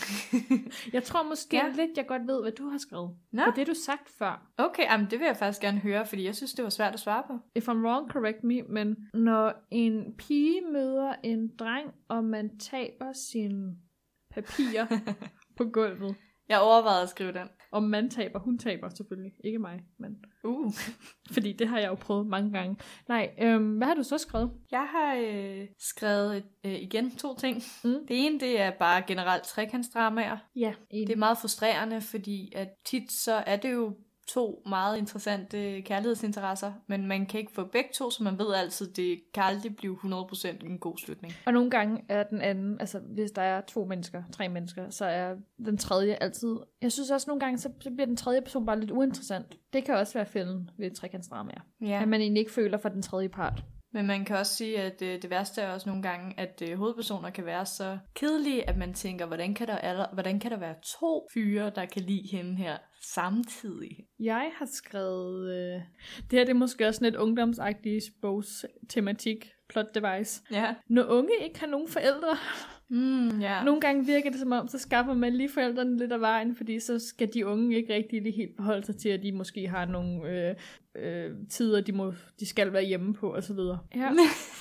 Jeg tror måske ja. lidt, jeg godt ved, hvad du har skrevet. Nå. For det du sagt før. Okay, jamen, det vil jeg faktisk gerne høre, fordi jeg synes, det var svært at svare på. If I'm wrong, correct me, men når en pige møder en dreng, og man taber sine papirer på gulvet. Jeg overvejede at skrive den. Og man taber, hun taber selvfølgelig. Ikke mig, men... Uh. Fordi det har jeg jo prøvet mange gange. Nej, øhm, hvad har du så skrevet? Jeg har øh, skrevet øh, igen to ting. Mm. Det ene, det er bare generelt trekantsdramaer. Ja, Det er meget frustrerende, fordi at tit så er det jo to meget interessante kærlighedsinteresser, men man kan ikke få begge to, så man ved altid, det kan aldrig blive hundrede procent en god slutning. Og nogle gange er den anden, altså hvis der er to mennesker, tre mennesker, så er den tredje altid... Jeg synes også nogle gange, så, så bliver den tredje person bare lidt uinteressant. Det kan også være fælden ved trekantsdramaer. Ja. At man egentlig ikke føler for den tredje part. Men man kan også sige, at øh, det værste er også nogle gange, at øh, hovedpersoner kan være så kedelige, at man tænker, hvordan kan der, aller, hvordan kan der være to fyre, der kan lide hende her samtidig? Jeg har skrevet... Øh, det her det er måske også lidt ungdomsagtig bogs tematik, plot device. Ja. Når unge ikke har nogen forældre... Mm, ja. Nogle gange virker det som om, så skaffer man lige forældrene lidt af vejen, fordi så skal de unge ikke rigtig lige helt forholde sig til, at de måske har nogle øh, øh, tider, de, må, de skal være hjemme på, og så videre. Ja.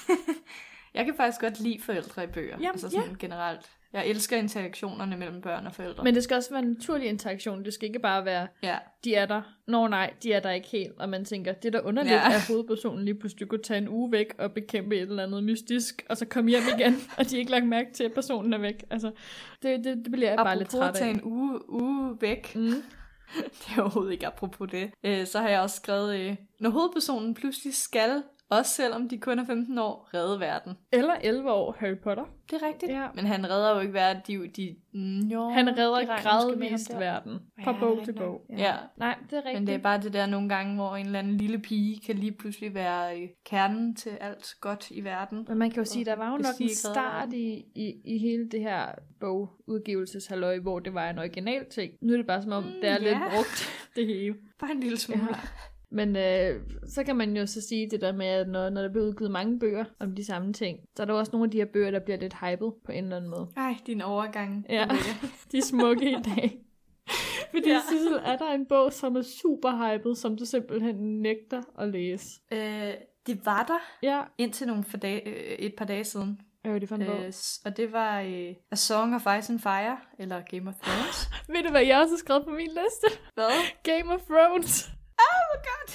Jeg kan faktisk godt lide forældre i bøger, Jamen, altså sådan ja. generelt. Jeg elsker interaktionerne mellem børn og forældre. Men det skal også være en naturlig interaktion. Det skal ikke bare være, ja. de er der. Nå nej, de er der ikke helt. Og man tænker, det er da underligt, ja. at hovedpersonen lige pludselig kunne tage en uge væk og bekæmpe et eller andet mystisk, og så komme hjem igen, og de ikke lagt mærke til, at personen er væk. Altså, det, det, det bliver jeg bare lidt træt af. Apropos tage en uge, uge væk. Mm. Det er overhovedet ikke apropos det. Øh, så har jeg også skrevet, øh, når hovedpersonen pludselig skal, også selvom de kun er femten år, redde verden. Eller elleve år, Harry Potter. Det er rigtigt. Ja. Men han redder jo ikke verden. De, de, mm, jo, han redder de gradvist verden. Fra ja, bog til bog. Ja. ja. Nej, det er rigtigt. Men det er bare det der nogle gange, hvor en eller anden lille pige kan lige pludselig være øh, kernen til alt godt i verden. Men man kan jo sige, der var jo nok en start i, i, i hele det her bogudgivelseshalløj, hvor det var en original ting. Nu er det bare som om, mm, det er yeah. lidt brugt, det hele. Bare en lille smule. Ja. Men øh, så kan man jo så sige det der med, at når, når der bliver udgivet mange bøger om de samme ting, så er der også nogle af de her bøger, der bliver lidt hyped på en eller anden måde. Ej, din overgang. Ja, de er smukke i dag. Fordi ja. Sissel, er der en bog, som er super hyped, som du simpelthen nægter at læse? Øh, det var der, ja. indtil nogle for dag, øh, et par dage siden. Hvad var det for en bog? Øh, og det var øh, A Song of Ice and Fire, eller Game of Thrones. Ved du, hvad jeg også har skrevet på min liste? Hvad? Game of Thrones. Oh my god.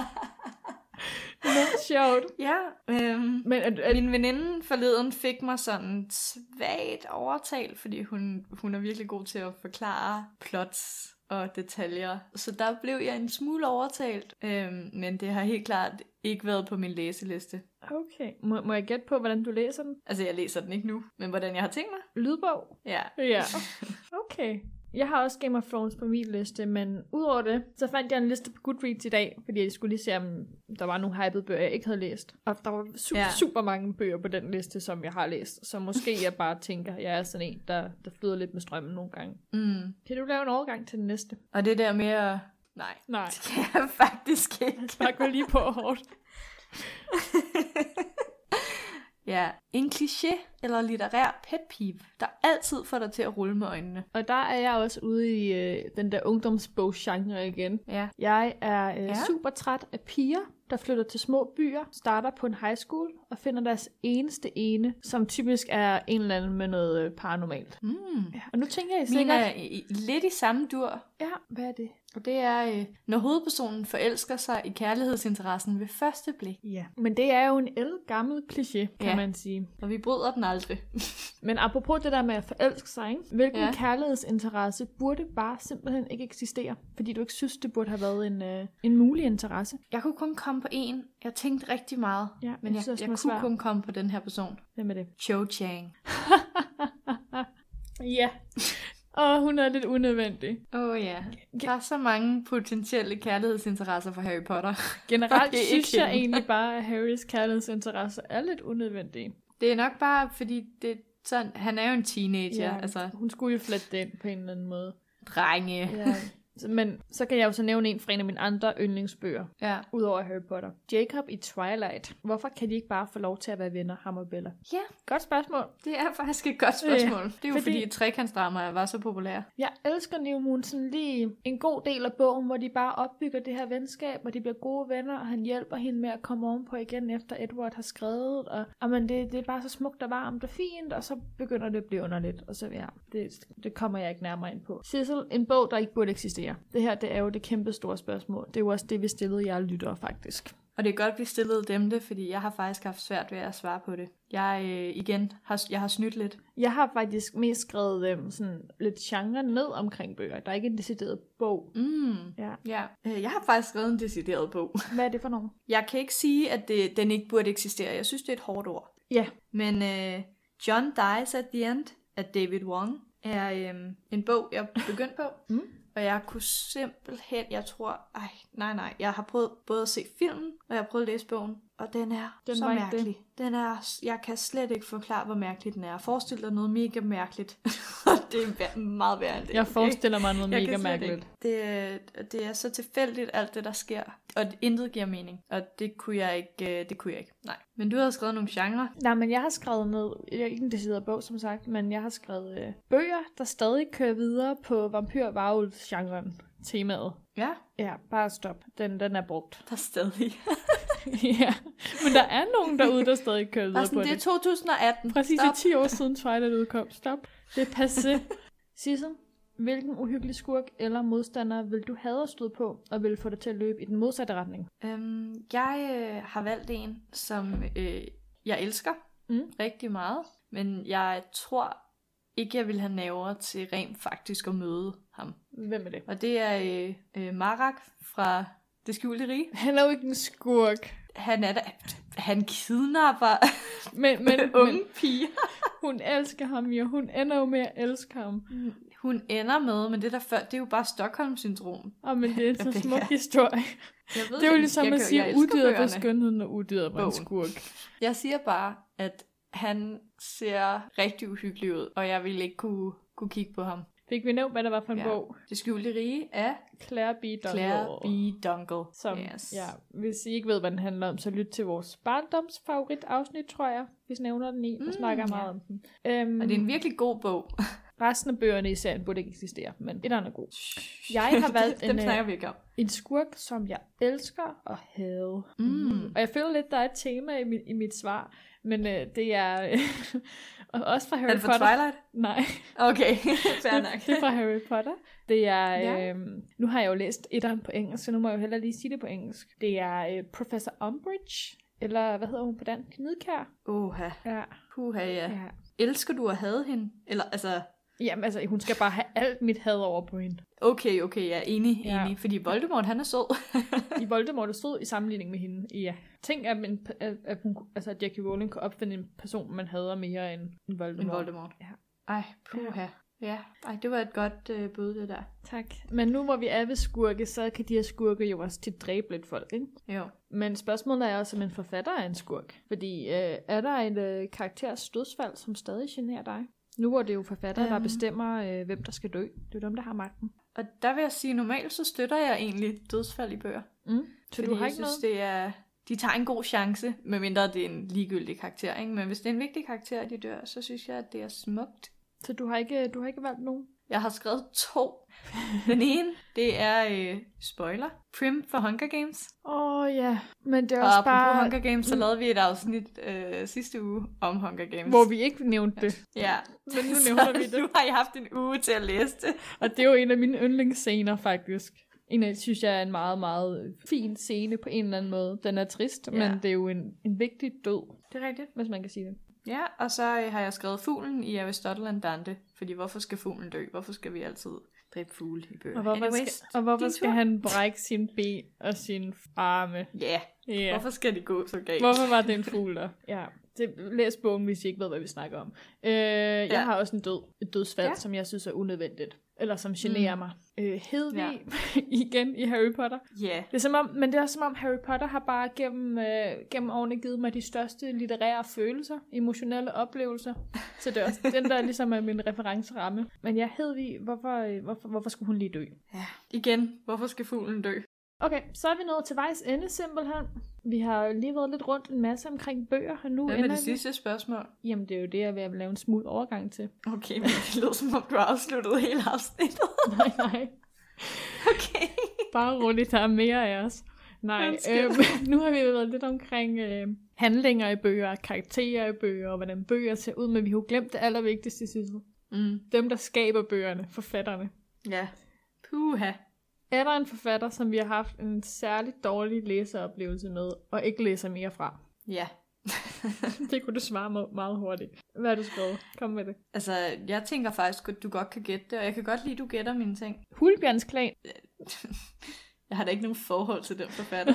Det er sjovt. Ja, øhm, men at, at, min veninde forleden fik mig sådan svagt overtalt, fordi hun, hun er virkelig god til at forklare plots og detaljer. Så der blev jeg en smule overtalt, øhm, men det har helt klart ikke været på min læseliste. Okay. Må, må jeg gætte på, hvordan du læser den? Altså, jeg læser den ikke nu, men hvordan jeg har tænkt mig. Lydbog? Ja. Ja. Okay. Jeg har også Game of Thrones på min liste, men udover det, så fandt jeg en liste på Goodreads i dag, fordi jeg skulle lige se, om der var nogle hypede bøger, jeg ikke havde læst. Og der var su- ja. super mange bøger på den liste, som jeg har læst. Så måske jeg bare tænker, jeg er sådan en, der, der flyder lidt med strømmen nogle gange. Mm. Kan du lave en overgang til den næste? Og det der med at... Nej, Nej. det kan jeg faktisk ikke. Bare gå lige på hårdt. Ja, en kliché eller litterær pet peeve, der altid får dig til at rulle med øjnene. Og der er jeg også ude i øh, den der ungdomsbogsgenre igen. Ja. Jeg er øh, ja. super træt af piger, der flytter til små byer, starter på en high school og finder deres eneste ene, som typisk er en eller anden med noget øh, paranormalt. Mm. Ja. Og nu tænker jeg sikkert... Min er i, lidt i samme dur. Ja, hvad er det? Og det er, øh, når hovedpersonen forelsker sig i kærlighedsinteressen ved første blik. Ja, men det er jo en ældgammel kliché, kan ja. man sige. Og vi bryder den aldrig. Men apropos det der med at forelske sig, ikke? Hvilken ja. kærlighedsinteresse burde bare simpelthen ikke eksistere? Fordi du ikke synes, det burde have været en, øh, en mulig interesse. Jeg kunne kun komme på en. Jeg tænkte rigtig meget. Ja, men jeg, jeg, jeg kunne svært. kun komme på den her person. Hvem er det? Cho Chang. Ja. Og hun er lidt unødvendig. Åh oh, ja. Der er så mange potentielle kærlighedsinteresser for Harry Potter. Generelt synes jeg egentlig bare, at Harrys kærlighedsinteresser er lidt unødvendige. Det er nok bare, fordi det, sådan, han er jo en teenager. Ja, altså. Hun skulle jo flette det ind på en eller anden måde. Drenge. Ja. Men så kan jeg jo så nævne en fra en af mine andre yndlingsbøger, Ja. udover Harry Potter. Jacob i Twilight. Hvorfor kan de ikke bare få lov til at være venner, ham og Bella? Ja, Godt spørgsmål. det er faktisk et godt spørgsmål. Ja, Det er jo fordi- fordi, fordi trekantsdramaer var så populære. Jeg elsker New Moon sådan lige en god del af bogen, hvor de bare opbygger det her venskab, og de bliver gode venner, og han hjælper hende med at komme ovenpå igen, efter Edward har skrevet, og amen, det, det er bare så smukt og varmt og fint, og så begynder det at blive underligt, og så ja, det, det kommer jeg ikke nærmere ind på. Sissel, en bog, der ikke burde eksistere. Det her, det er jo det kæmpe store spørgsmål. Det er jo også det, vi stillede jer lyttere, faktisk. Og det er godt, vi stillede dem det, fordi jeg har faktisk haft svært ved at svare på det. Jeg øh, igen har, jeg har snydt lidt. Jeg har faktisk mest skrevet dem sådan lidt genre ned omkring bøger. Der er ikke en decideret bog. Mm. Ja. Ja. Øh, Jeg har faktisk skrevet en decideret bog. Hvad er det for nogen? Jeg kan ikke sige, at det, den ikke burde eksistere. Jeg synes, det er et hårdt ord. Ja. Men øh, John Dies at the End af David Wong er øh, en bog, jeg begyndte på. Mm. Og jeg kunne simpelthen, jeg tror, ej, nej, nej, jeg har prøvet både at se filmen, og jeg har prøvet at læse bogen, og den er Den så var ikke mærkelig. Den er, jeg kan slet ikke forklare, hvor mærkelig den er. Forestil dig noget mega mærkeligt. Det er vær- meget værre end det. Jeg forestiller mig noget Jeg mega kan slet mærkeligt. ikke. Det, er- det er så tilfældigt, alt det, der sker. Og intet giver mening. Og det kunne jeg ikke. øh, Det kunne jeg ikke. Nej. Men du havde skrevet nogle genrer. Nej, men jeg har skrevet ned, jeg er ikke en decideret bog, som sagt, men jeg har skrevet øh, bøger, der stadig kører videre på vampyr-varulv-genren, temaet. Ja, Ja, bare stop. Den, den er brugt. der er stadig. Ja, men der er nogen derude, der stadig kører Bare videre sådan, på det er det. to tusind atten. Præcis, Stop. det er ti år siden Twilight udkom. Stop. Det er passé. Sissel, hvilken uhyggelig skurk eller modstander vil du have at støde på, og vil få dig til at løbe i den modsatte retning? Øhm, jeg øh, har valgt en, som øh, jeg elsker Mm. rigtig meget. Men jeg tror ikke, jeg vil have nerver til rent faktisk at møde ham. Hvem er det? Og det er øh, øh, Marak fra Det skjulte rige. Han er jo ikke en skurk. Han er da... Han kidnapper Men, men, unge men piger. hun elsker ham jo. Hun ender jo med at elske ham. Hun ender med, men det der før, det er jo bare Stockholm-syndrom. Og men det er en så Rebecca. smuk historie. Jeg ved Det er jo ikke, ligesom jeg at kan- sige, jeg elsker udyret var bøgerne. skønheden, og udyret var en Bogen. skurk. Jeg siger bare, at han ser rigtig uhyggelig ud, og jeg ville ikke kunne, kunne kigge på ham. Fik vi nævnt, hvad der var for en Ja. bog? Det skjulte rige af Claire B. Dungle. Claire B. Dungle. Som, Yes. ja, hvis I ikke ved, hvad den handler om, så lyt til vores barndomsfavorit afsnit, tror jeg. Vi nævner den i og Mm, snakker ja. meget om den. Øhm, Og det er en virkelig god bog. resten af bøgerne i serien burde ikke eksistere, men et er god. Jeg har valgt Dem en, snakker øh, vi ikke om. en skurk, som jeg elsker og hader. Mm. Og jeg føler lidt, der er et tema i mit, i mit svar, men øh, det er og også fra Harry Er det for Potter. Twilight? Nej. Okay, fair det, nok. det er fra Harry Potter. Det er, Ja. øhm, nu har jeg jo læst etteren på engelsk, så nu må jeg jo hellere lige sige det på engelsk. Det er øh, Professor Umbridge, eller hvad hedder hun på dansk? Nidkær? Oha. Ja. Puha, ja. ja. Elsker du at have hende? Eller, altså... Jamen altså, hun skal bare have alt mit had over på hende. Okay, okay, jeg er enig, Ja. enig. Fordi Voldemort, han er sød. I Voldemort er stod i sammenligning med hende. Ja. Tænk, at, en, at, at, hun, altså, at Jackie Rowling kunne opfinde en person, man hader mere end, end Voldemort. En Voldemort. Ja. Ej, puha. Ja, ej, det var et godt øh, bud, det der. Tak. Men nu hvor vi er ved skurke, så kan de her skurke jo også til dræbe lidt folk, ikke? Jo. Men spørgsmålet er også, om en forfatter er en skurk. Fordi øh, er der en øh, karakters dødsfald, som stadig generer dig? Nu hvor det er jo forfatter, um, der Øhm. bestemmer, øh, hvem der skal dø. Det er dem, der har magten. Og der vil jeg sige, normalt så støtter jeg egentlig dødsfald i bøger. Mm. Så Fordi du har jeg ikke synes, noget? det er... De tager en god chance, medmindre det er en ligegyldig karakter, ikke? Men hvis det er en vigtig karakter, de dør, så synes jeg, at det er smukt. Så du har ikke, du har ikke valgt nogen? Jeg har skrevet to. Den ene, det er, øh, spoiler, Prim for Hunger Games. Åh oh, ja, men det er Og også apropos bare... Hunger Games, så lavede vi et afsnit øh, sidste uge om Hunger Games. Hvor vi ikke nævnte det. Ja, Men nu nævner vi det. nu har I haft en uge til at læse det. Og det er jo en af mine yndlingsscener, faktisk. En af, synes jeg, er en meget, meget fin scene på en eller anden måde. Den er trist, Ja. men det er jo en, en vigtig død, Det er rigtigt. hvis man kan sige det. Ja, og så øh, har jeg skrevet fuglen i Aristotle and Dante. Fordi hvorfor skal fuglen dø? Hvorfor skal vi altid dræbe fugle i bøger? Og hvorfor Anyways, skal, og hvorfor din skal tur. han brække sine ben og sine arme? Ja, yeah. Ja. hvorfor skal det gå så galt? Hvorfor var det en fugl der? Ja, det, læs bogen, hvis I ikke ved, hvad vi snakker om. Øh, jeg Ja. har også en død, et dødsfald, Ja. ja. som jeg synes er unødvendigt. eller som generer mm. mig. Øh, Hedvig Ja. igen i Harry Potter. Ja. Yeah. Det er som om, men det er som om Harry Potter har bare gennem, øh, gennem årene givet mig de største litterære følelser, emotionelle oplevelser. Så det er også den, der ligesom er min referenceramme. Men ja, Hedvig, hvorfor, øh, hvorfor, hvorfor skulle hun lige dø? Ja, igen, hvorfor skal fuglen dø? Okay, så er vi nået til vejs ende simpelthen. Vi har lige været lidt rundt en masse omkring bøger, og nu Hvad ender med det vi... sidste spørgsmål? Jamen, det er jo det, jeg vil lave en smooth overgang til. Okay, men det lyder som om, du har afsluttet hele afsnittet. nej, nej. Okay. Bare roligt, der er mere af os. Nej, øh, nu har vi været lidt omkring øh, handlinger i bøger, karakterer i bøger, og hvordan bøger ser ud, men vi har jo glemt det allervigtigste, Sissel. Mm. Dem, der skaber bøgerne, forfatterne. Ja. Puha. Er der en forfatter, som vi har haft en særlig dårlig læseoplevelse med, og ikke læser mere fra? Ja. Det kunne du svare mig meget hurtigt. Hvad har du skrevet? Kom med det. Altså, jeg tænker faktisk, at du godt kan gætte det, og jeg kan godt lide, at du gætter mine ting. Hulbjørns Klan. Jeg har da ikke nogen forhold til den forfatter.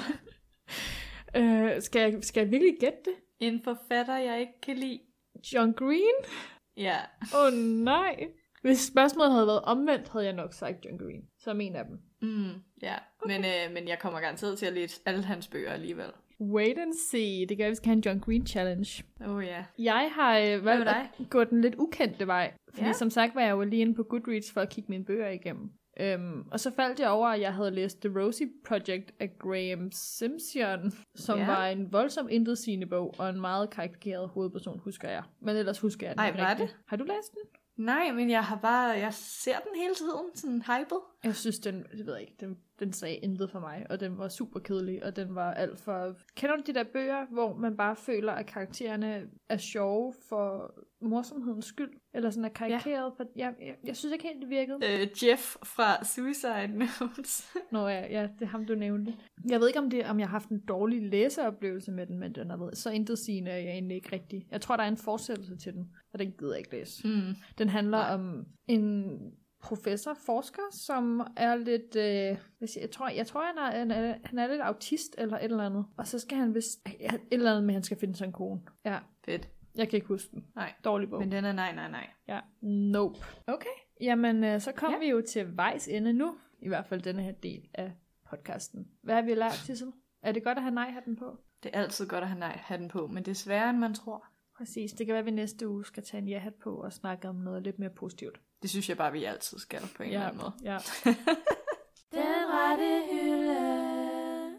øh, skal, jeg, skal jeg virkelig gætte det? En forfatter, jeg ikke kan lide. John Green? Ja. Åh oh, nej. Hvis spørgsmålet havde været omvendt, havde jeg nok sagt John Green. Som en af dem. Mm, ja, okay. men, øh, men jeg kommer garanteret til at læse alle hans bøger alligevel. Wait and see. Det gør, vi skal have en John Green challenge. Oh ja. Yeah. Jeg har øh, valgt at gå den lidt ukendte vej. Fordi ja. som sagt var jeg jo lige inde på Goodreads for at kigge mine bøger igennem. Øhm, og så faldt jeg over, at jeg havde læst The Rosie Project af Graham Simpson, som ja. var en voldsom intetsigende bog, og en meget karikeret hovedperson, husker jeg. Men ellers husker jeg den Ej, ikke var rigtigt. det? Har du læst den? Nej, men jeg har bare, jeg ser den hele tiden, sådan hyped. Jeg synes, den, det ved jeg ikke, den, den sagde intet for mig, og den var super kedelig, og den var alt for... Kender du de der bøger, hvor man bare føler, at karaktererne er sjove for morsomhedens skyld? Eller sådan er karikeret? Ja. For, jeg, jeg, jeg synes ikke helt, det virkede. Øh, Jeff fra Suicide Notes. Nå ja, ja, det er ham, du nævnte. Jeg ved ikke, om, det, om jeg har haft en dårlig læseoplevelse med den, men den har været så intetsigende, er jeg egentlig ikke rigtig. Jeg tror, der er en fortsættelse til den, og den gider jeg ikke læse. Mm. Den handler Nej. om en professor, forsker, som er lidt, øh, jeg tror, jeg tror han, er, han, er, han er lidt autist eller et eller andet. Og så skal han vist, et eller andet med, at han skal finde sig en kone. Ja. Fedt. Jeg kan ikke huske den. Nej. Dårlig bog. Men den er nej, nej, nej. Ja. Nope. Okay. Jamen, øh, så kommer ja. vi jo til vejs ende nu. I hvert fald denne her del af podcasten. Hvad har vi lært, Sissel? Er det godt at have nej-hatten på? Det er altid godt at have nej-hatten på, men det er sværere, end man tror. Præcis. Det kan være, at vi næste uge skal tage en ja-hat på og snakke om noget lidt mere positivt. Det synes jeg bare, vi altid skal på en ja, eller anden måde. Ja. Den rette hylde.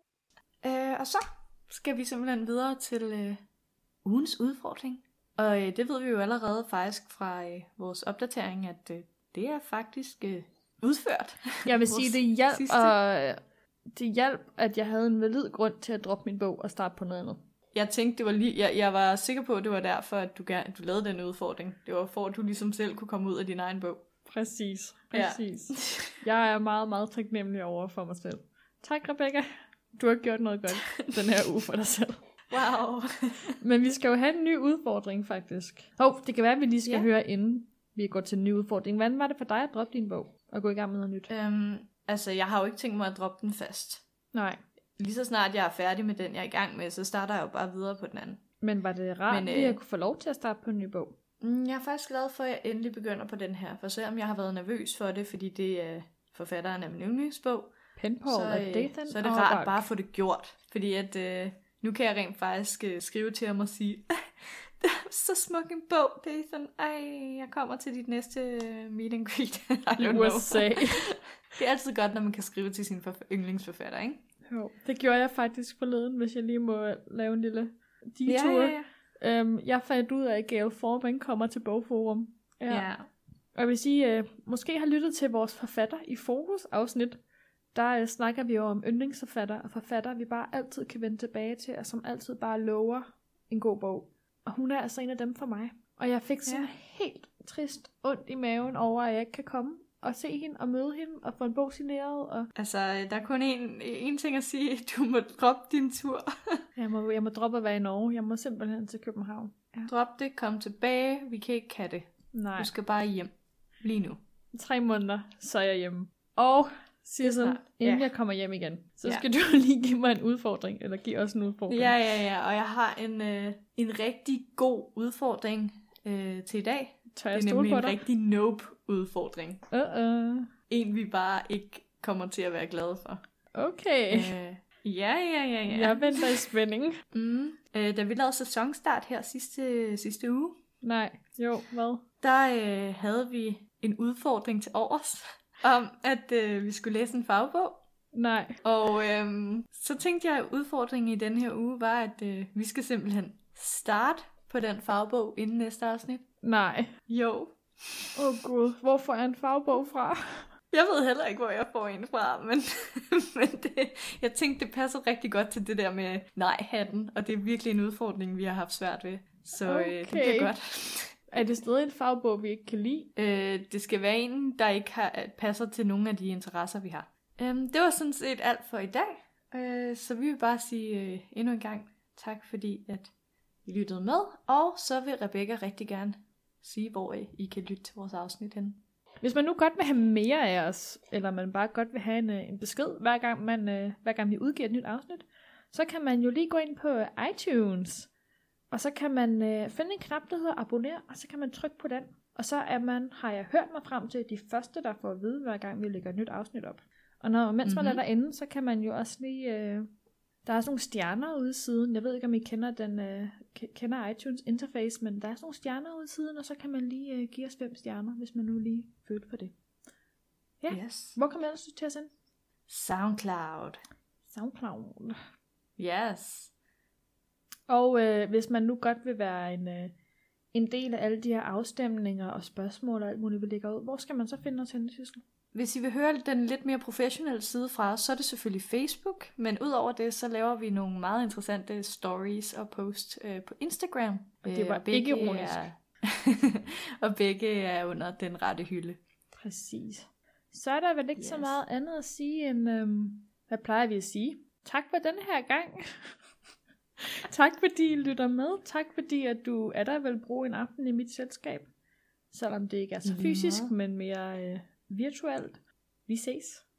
Øh, og så skal vi simpelthen videre til øh, ugens udfordring. Og øh, det ved vi jo allerede faktisk fra øh, vores opdatering, at øh, det er faktisk øh, udført. Jeg vil sige, det hjalp, og, det hjalp, at jeg havde en valid grund til at droppe min bog og starte på noget andet. Jeg tænkte, det var lige, jeg, jeg var sikker på, at det var derfor, at du, at du lavede den udfordring. Det var for, at du ligesom selv kunne komme ud af din egen bog. Præcis, præcis. Ja. Jeg er meget, meget taknemmelig over for mig selv. Tak, Rebecca. Du har gjort noget godt den her uge for dig selv. Wow. Men vi skal jo have en ny udfordring, faktisk. Hov, det kan være, at vi lige skal yeah. høre, inden vi går til en ny udfordring. Hvordan var det for dig at droppe din bog og gå i gang med noget nyt? Um, altså, jeg har jo ikke tænkt mig at droppe den fast. Nej. Lige så snart jeg er færdig med den, jeg er i gang med, så starter jeg jo bare videre på den anden. Men var det rart, at øh, jeg kunne få lov til at starte på en ny bog? Jeg er faktisk glad for, at jeg endelig begynder på den her. For selvom jeg har været nervøs for det, fordi det er forfatteren af min yndlingsbog, Penpal så, øh, Dathan så er det rart bare at få det gjort. Fordi at øh, nu kan jeg rent faktisk øh, skrive til ham og sige, det er så smuk en bog, Dathan. Ej, jeg kommer til dit næste uh, meet and greet. I U S A. Det er altid godt, når man kan skrive til sin forf- yndlingsforfatter, ikke? Jo, det gjorde jeg faktisk forleden, hvis jeg lige må lave en lille detur. Ja, ja, ja. Um, jeg fandt ud af, at Gail Forman kommer til Bogforum. Ja. ja. Og jeg vil sige, uh, måske har lyttet til vores forfatter i fokus afsnit. Der uh, snakker vi jo om yndlingsforfatter og forfatter, vi bare altid kan vende tilbage til, og som altid bare lover en god bog. Og hun er altså en af dem for mig. Og jeg fik sådan ja. helt trist ondt i maven over, at jeg ikke kan komme og se hende og møde hende og få en bog signeret. Og... Altså, der er kun en, en ting at sige. Du må droppe din tur. jeg, må, jeg må droppe at være i Norge. Jeg må simpelthen til København. Ja. Drop det, kom tilbage. Vi kan ikke have det. Nej. Du skal bare hjem. Lige nu. Tre måneder, så er jeg hjemme. Og Sissel, inden ja. jeg kommer hjem igen, så ja. skal du lige give mig en udfordring. Eller give os en udfordring. Ja, ja, ja. Og jeg har en, øh, en rigtig god udfordring øh, til i dag. Tør jeg det er nemlig på en dig? rigtig nope udfordring. Uh-uh. En, vi bare ikke kommer til at være glade for. Okay. Øh, ja, ja, ja, ja. Jeg venter i spænding. Mm. Øh, da vi lavede sæsonstart her sidste, sidste uge, Nej, jo, hvad? der øh, havde vi en udfordring til overs, om at øh, vi skulle læse en fagbog. Nej. Og øhm, så tænkte jeg, at udfordringen i den her uge var, at øh, vi skal simpelthen starte på den fagbog inden næste afsnit. Nej. Jo. Åh oh, gud, hvor får jeg en fagbog fra? Jeg ved heller ikke, hvor jeg får en fra, men, men det, jeg tænkte, det passer rigtig godt til det der med nej-hatten, og det er virkelig en udfordring, vi har haft svært ved. Så okay. øh, det bliver godt. Er det stadig en fagbog, vi ikke kan lide? Øh, det skal være en, der ikke har, passer til nogle af de interesser, vi har. Øhm, det var sådan set alt for i dag, øh, så vi vil bare sige øh, endnu en gang tak, fordi at I lyttede med, og så vil Rebecca rigtig gerne sige, hvor I, I kan lytte til vores afsnit hen. Hvis man nu godt vil have mere af os, eller man bare godt vil have en, en besked, hver gang, man, øh, hver gang vi udgiver et nyt afsnit, så kan man jo lige gå ind på iTunes, og så kan man øh, finde en knap, der hedder abonner, og så kan man trykke på den. Og så er man, har jeg hørt mig frem til, de første, der får at vide, hver gang vi lægger et nyt afsnit op. Og når, mens mm-hmm. man er derinde, så kan man jo også lige... Øh, der er sådan nogle stjerner ude i siden. Jeg ved ikke, om I kender, den, øh, kender iTunes interface, men der er sådan nogle stjerner ude i siden, og så kan man lige øh, give os fem stjerner, hvis man nu lige føler for det. Ja, yes. Hvor kan man ellers til at sende? SoundCloud. SoundCloud. Yes. Og øh, hvis man nu godt vil være en, øh, en del af alle de her afstemninger og spørgsmål og alt muligt, vi lægger ud, hvor skal man så finde os henne, Sissel? Hvis I vil høre den lidt mere professionelle side fra os, så er det selvfølgelig Facebook. Men udover det, så laver vi nogle meget interessante stories og posts øh, på Instagram. Og det var øh, og ikke ironisk. Er og begge er under den rette hylde. Præcis. Så er der vel ikke yes. så meget andet at sige end, øhm, hvad plejer vi at sige? Tak for den her gang. Tak fordi I lytter med. Tak fordi at du er der vel bruge en aften i mit selskab. Selvom det ikke er så fysisk, men mere øh, virtuelt. Vi ses.